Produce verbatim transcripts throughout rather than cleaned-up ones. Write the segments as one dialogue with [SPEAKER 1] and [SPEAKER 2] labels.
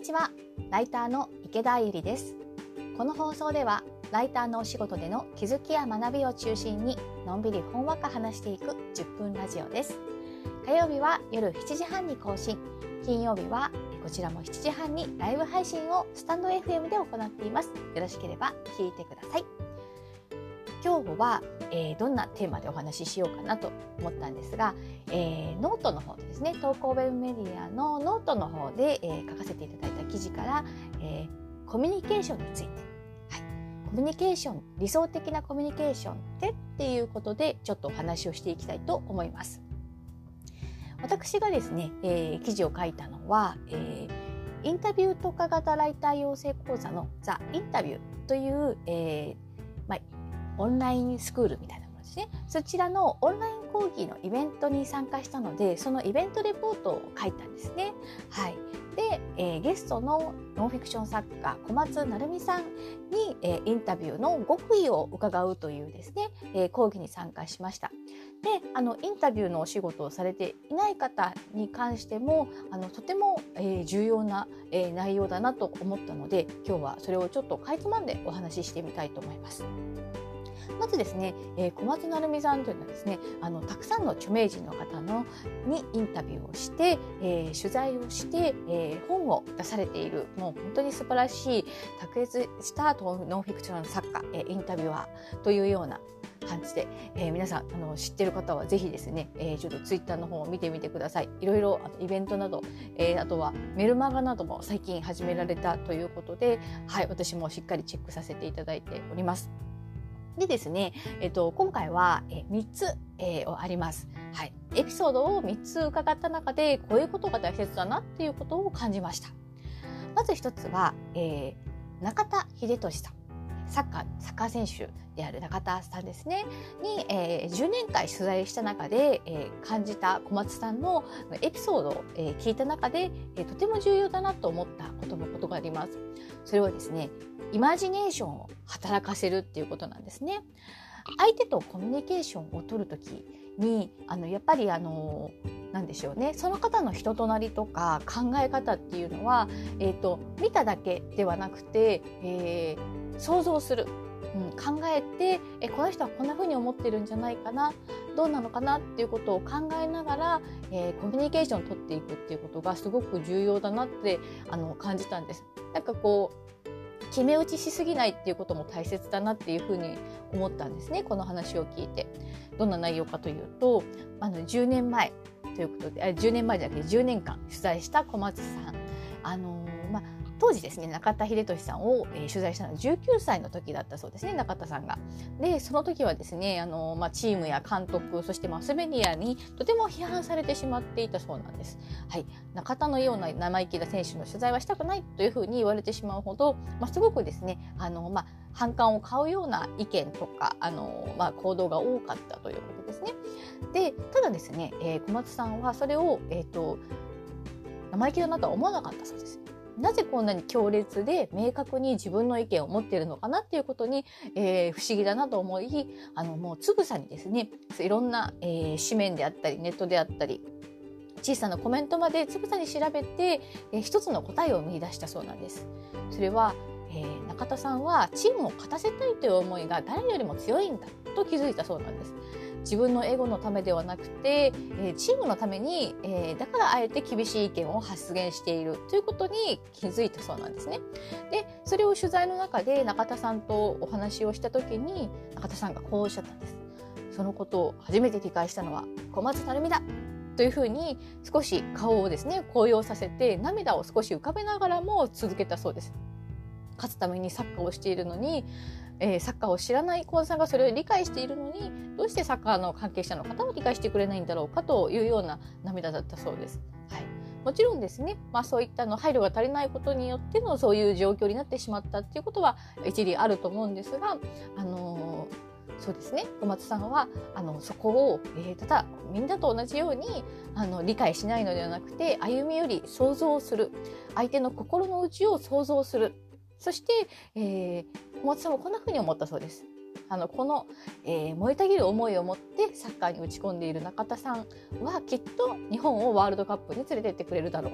[SPEAKER 1] にちは、ライターの池田ゆりです。この放送ではライターのお仕事での気づきや学びを中心にのんびりほんわか話していくじゅっぷんラジオです。火曜日は夜しちじはんに更新、金曜日はこちらもしちじはんにライブ配信をスタンド エフエム で行っています。よろしければ聞いてください。今日は、えー、どんなテーマでお話ししようかなと思ったんですが、えー、ノートの方でですね、投稿ウェブメディアのノートの方で、えー、書かせていただいた記事から、えー、コミュニケーションについて、はい、コミュニケーション、理想的なコミュニケーションってっていうことでちょっとお話をしていきたいと思います。私がですね、えー、記事を書いたのは、えー、インタビュー特化型ライター養成講座のザ・インタビューという、えーまあオンラインスクールみたいなものですね。そちらのオンライン講義のイベントに参加したので、そのイベントレポートを書いたんですね。はい。で、えー、ゲストのノンフィクション作家小松成美さんに、えー、インタビューの極意を伺うというですね、えー、講義に参加しました。で、あのインタビューのお仕事をされていない方に関しても、あのとても、えー、重要な、えー、内容だなと思ったので、今日はそれをちょっとかいつまんでお話ししてみたいと思います。まずですね、えー、小松成美さんというのはですね、あのたくさんの著名人の方のにインタビューをして、えー、取材をして、えー、本を出されている、もう本当に素晴らしい卓越したノンフィクション作家、えー、インタビュアーというような感じで、えー、皆さんあの知っている方はぜひですね、えー、ちょっとツイッターの方を見てみてください。いろいろあとイベントなど、えー、あとはメルマガなども最近始められたということで、はい、私もしっかりチェックさせていただいております。でですね、えっと、今回はみっつ、えー、あります。はい。エピソードをみっつ伺った中で、こういうことが大切だなっていうことを感じました。まず一つは、えー、中田英寿さん。サッカー、サッカー選手である中田さんですね。に、えー、じゅうねんかん取材した中で、えー、感じた小松さんのエピソードを、えー、聞いた中で、えー、とても重要だなと思ったことのことがあります。それはですね、イマジネーションを働かせるっていうことなんですね。相手とコミュニケーションを取るときに、あのやっぱりあのなんでしょうね、その方の人となりとか考え方っていうのは、えーと、見ただけではなくて、えー、想像する、うん、考えて、えこの人はこんな風に思ってるんじゃないかな、どうなのかなっていうことを考えながら、えー、コミュニケーションを取っていくっていうことがすごく重要だなってあの感じたんです。なんかこう決め打ちしすぎないっていうことも大切だなっていうふうに思ったんですね。この話を聞いて。どんな内容かというと、あのじゅうねんまえということで、じゅうねんまえじゃなくてじゅうねんかん取材した小松さん。あのー、まあ当時ですね、中田英寿さんを、えー、取材したのはじゅうきゅうさいの時だったそうですね、中田さんが。で、その時はですね、あのーまあ、チームや監督、そしてマスメディアにとても批判されてしまっていたそうなんです。はい、中田のような生意気な選手の取材はしたくないというふうに言われてしまうほど、まあ、すごくですね、あのーまあ、反感を買うような意見とか、あのーまあ、行動が多かったということですね。で、ただですね、えー、小松さんはそれを、えーと、生意気だなとは思わなかったそうです。なぜこんなに強烈で明確に自分の意見を持っているのかなっていうことに、えー、不思議だなと思い、あのもうつぶさにですね、いろんな、えー、紙面であったりネットであったり小さなコメントまでつぶさに調べて、えー、一つの答えを見出したそうなんです。それは、えー、中田さんはチームを勝たせたいという思いが誰よりも強いんだと気づいたそうなんです。自分のエゴのためではなくて、えー、チームのために、えー、だからあえて厳しい意見を発言しているということに気づいたそうなんですね。で、それを取材の中で中田さんとお話をした時に中田さんがこうおっしゃったんです。そのことを初めて理解したのは小松成美だというふうに少し顔をですね高揚させて涙を少し浮かべながらも続けたそうです。勝つためにサッカーをしているのに、えー、サッカーを知らない小松さんがそれを理解しているのにどうしてサッカーの関係者の方は理解してくれないんだろうかというような涙だったそうです。はい、もちろんですね、まあ、そういったの配慮が足りないことによってのそういう状況になってしまったっていうことは一理あると思うんですが、あのーそうですね、小松さんはあのそこを、えー、ただみんなと同じようにあの理解しないのではなくて歩み寄り想像する、相手の心の内を想像する、そして、えー、小松さんもこんなふうに思ったそうです。あのこの、えー、燃えたぎる思いを持ってサッカーに打ち込んでいる中田さんはきっと日本をワールドカップに連れてってくれるだろうと。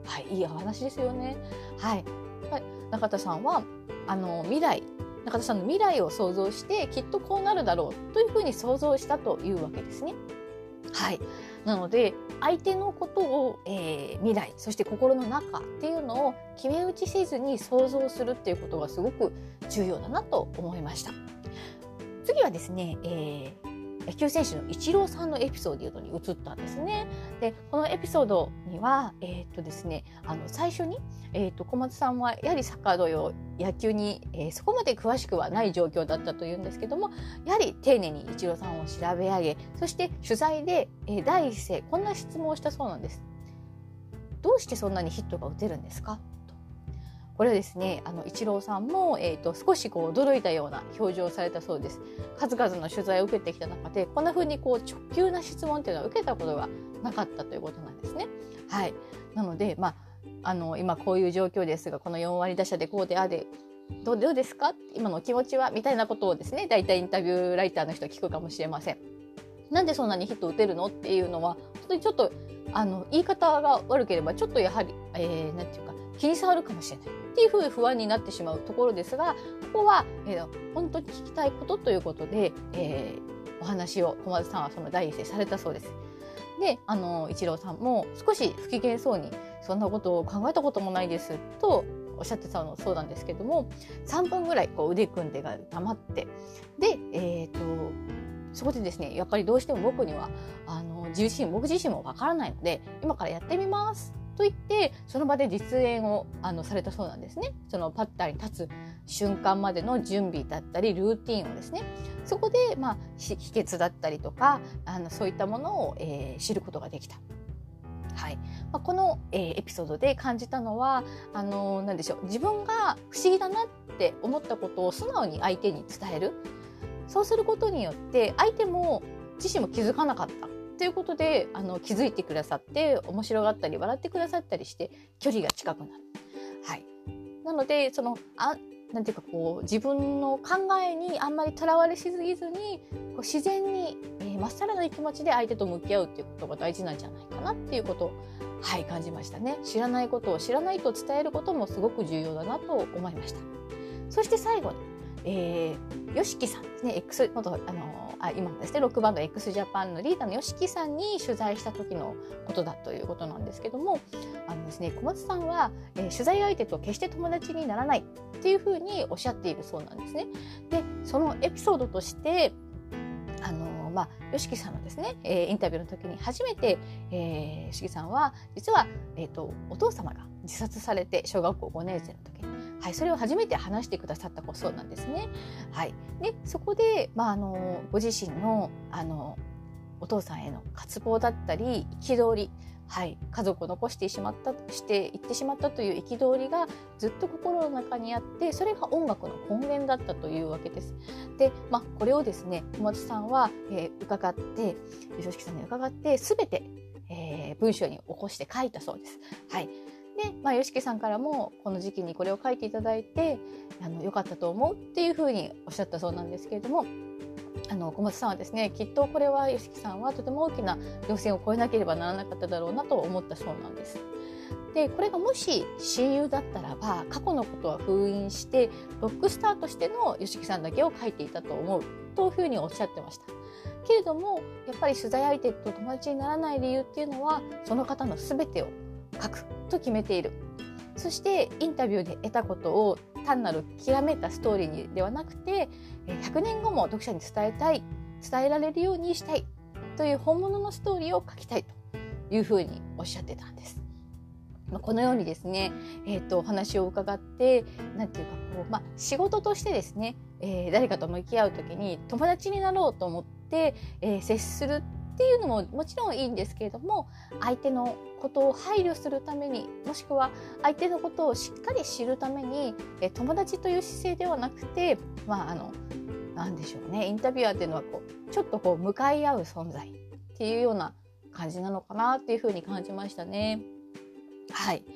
[SPEAKER 1] はい、いいお話ですよね。はい、中田さんはあの未来中田さんの未来を想像してきっとこうなるだろうというふうに想像したというわけですね。はい、なので相手のことを、えー、未来そして心の中っていうのを決め打ちせずに想像するっていうことがすごく重要だなと思いました。次はですね、えー、野球選手のイチローさんのエピソードに移ったんですね。でこのエピソードには、えーっとですね、あの最初に、えーっと小松さんはやはりサッカー同様野球に、えー、そこまで詳しくはない状況だったというんですけども、やはり丁寧にイチローさんを調べ上げ、そして取材で、えー、第一声こんな質問をしたそうなんです。どうしてそんなにヒットが打てるんですか？これはですね、あのイチローさんも、えー、と少しこう驚いたような表情をされたそうです。数々の取材を受けてきた中でこんな風にこう直球な質問というのは受けたことがなかったということなんですね。はい、なので、まあ、あの今こういう状況ですが、このよん割打者でこうであでどう、どうですか今の気持ちはみたいなことをですね、大体インタビューライターの人は聞くかもしれません。なんでそんなにヒット打てるのっていうのは本当にちょっとあの言い方が悪ければちょっとやはり、えー、なんていうか気に障るかもしれないっていうふうに不安になってしまうところですが、ここは、えー、本当に聞きたいことということで、えー、お話を小松さんはその第一声されたそうです。で、あのイチローさんも少し不機嫌そうにそんなことを考えたこともないですとおっしゃってたのそうなんですけども、さんぷんぐらいこう腕組んでが黙って、で、えーとそこでですね、やっぱりどうしても僕にはあの自身僕自身もわからないので今からやってみますと言ってその場で実演をあのされたそうなんですね。そのパッターに立つ瞬間までの準備だったりルーティンをですね、そこで、まあ、秘訣だったりとかあのそういったものを、えー、知ることができた。はい、まあ、この、えー、エピソードで感じたのはあのー、なんでしょう、自分が不思議だなって思ったことを素直に相手に伝える。そうすることによって相手も自身も気づかなかったということであの気づいてくださって面白がったり笑ってくださったりして距離が近くなる。はい、なのでそのあなんていうかこう自分の考えにあんまりとらわれしすぎずにこう自然にま、えー、っさらな気持ちで相手と向き合うっていうことが大事なんじゃないかなっていうことを、はい、感じましたね。知らないことを知らないと伝えることもすごく重要だなと思いました。そして最後にえー、ヨシキさんですね、X 元あのあ今ですねロックバンド x ジャパンのリーダーのヨシキさんに取材した時のことだということなんですけども、あのですね小松さんは、えー、取材相手と決して友達にならないっていうふうにおっしゃっているそうなんですね。でそのエピソードとしてあのまあ、ヨシキさんのですね、えー、インタビューの時に初めて、えー、ヨシキさんは実は、えーと、お父様が自殺されて小学校ごねん生の時に、はい、それを初めて話してくださったそうなんですね。はい、でそこで、まあ、あのご自身の、あのお父さんへの渇望だったり憤り、はい、家族を残してしまったしていってしまったという憤りがずっと心の中にあって、それが音楽の根源だったというわけです。で、まあ、これをですね小松さんは、えー、伺ってヨシキさんに伺って全て、えー、文章に起こして書いたそうです。はい、で、まあ、ヨシキさんからもこの時期にこれを書いていただいてあの良かったと思うっていうふうにおっしゃったそうなんですけれども、あの小松さんはですねきっとこれはヨシキさんはとても大きな稜線を越えなければならなかっただろうなと思ったそうなんです。でこれがもし親友だったらば過去のことは封印してロックスターとしてのヨシキさんだけを書いていたと思うというふうにおっしゃってました。けれどもやっぱり取材相手と友達にならない理由っていうのはその方の全てを書くと決めている。そしてインタビューで得たことを単なるきらめいたストーリーではなくてひゃくねんごも読者に伝えたい伝えられるようにしたいという本物のストーリーを書きたいというふうにおっしゃってたんです。このようにですね、えー、とお話を伺ってなんていうかこう、まあ、仕事としてですね、えー、誰かと向き合うときに友達になろうと思って、えー、接するっていうのももちろんいいんですけれども、相手のことを配慮するためにもしくは相手のことをしっかり知るために、え友達という姿勢ではなくて、まああのなんでしょうね、インタビュアーっていうのはこうちょっとこう向かい合う存在っていうような感じなのかなっていうふうに感じましたね。はい、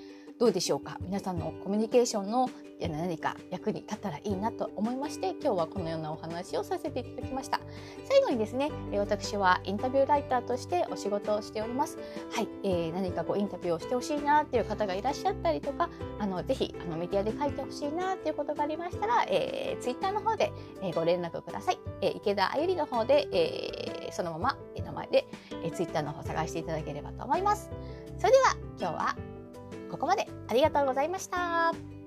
[SPEAKER 1] どうでしょうか。皆さんのコミュニケーションの何か役に立ったらいいなと思いまして、今日はこのようなお話をさせていただきました。最後にですね、私はインタビューライターとしてお仕事をしております。はい、えー、何かこうインタビューをしてほしいなっていう方がいらっしゃったりとか、あのぜひあのメディアで書いてほしいなっていうことがありましたら、えー、ツイッターの方で、えー、ご連絡ください。えー、池田あゆりの方で、えー、そのまま名前で、えー、ツイッターの方探していただければと思います。それでは今日はここまで。ありがとうございました。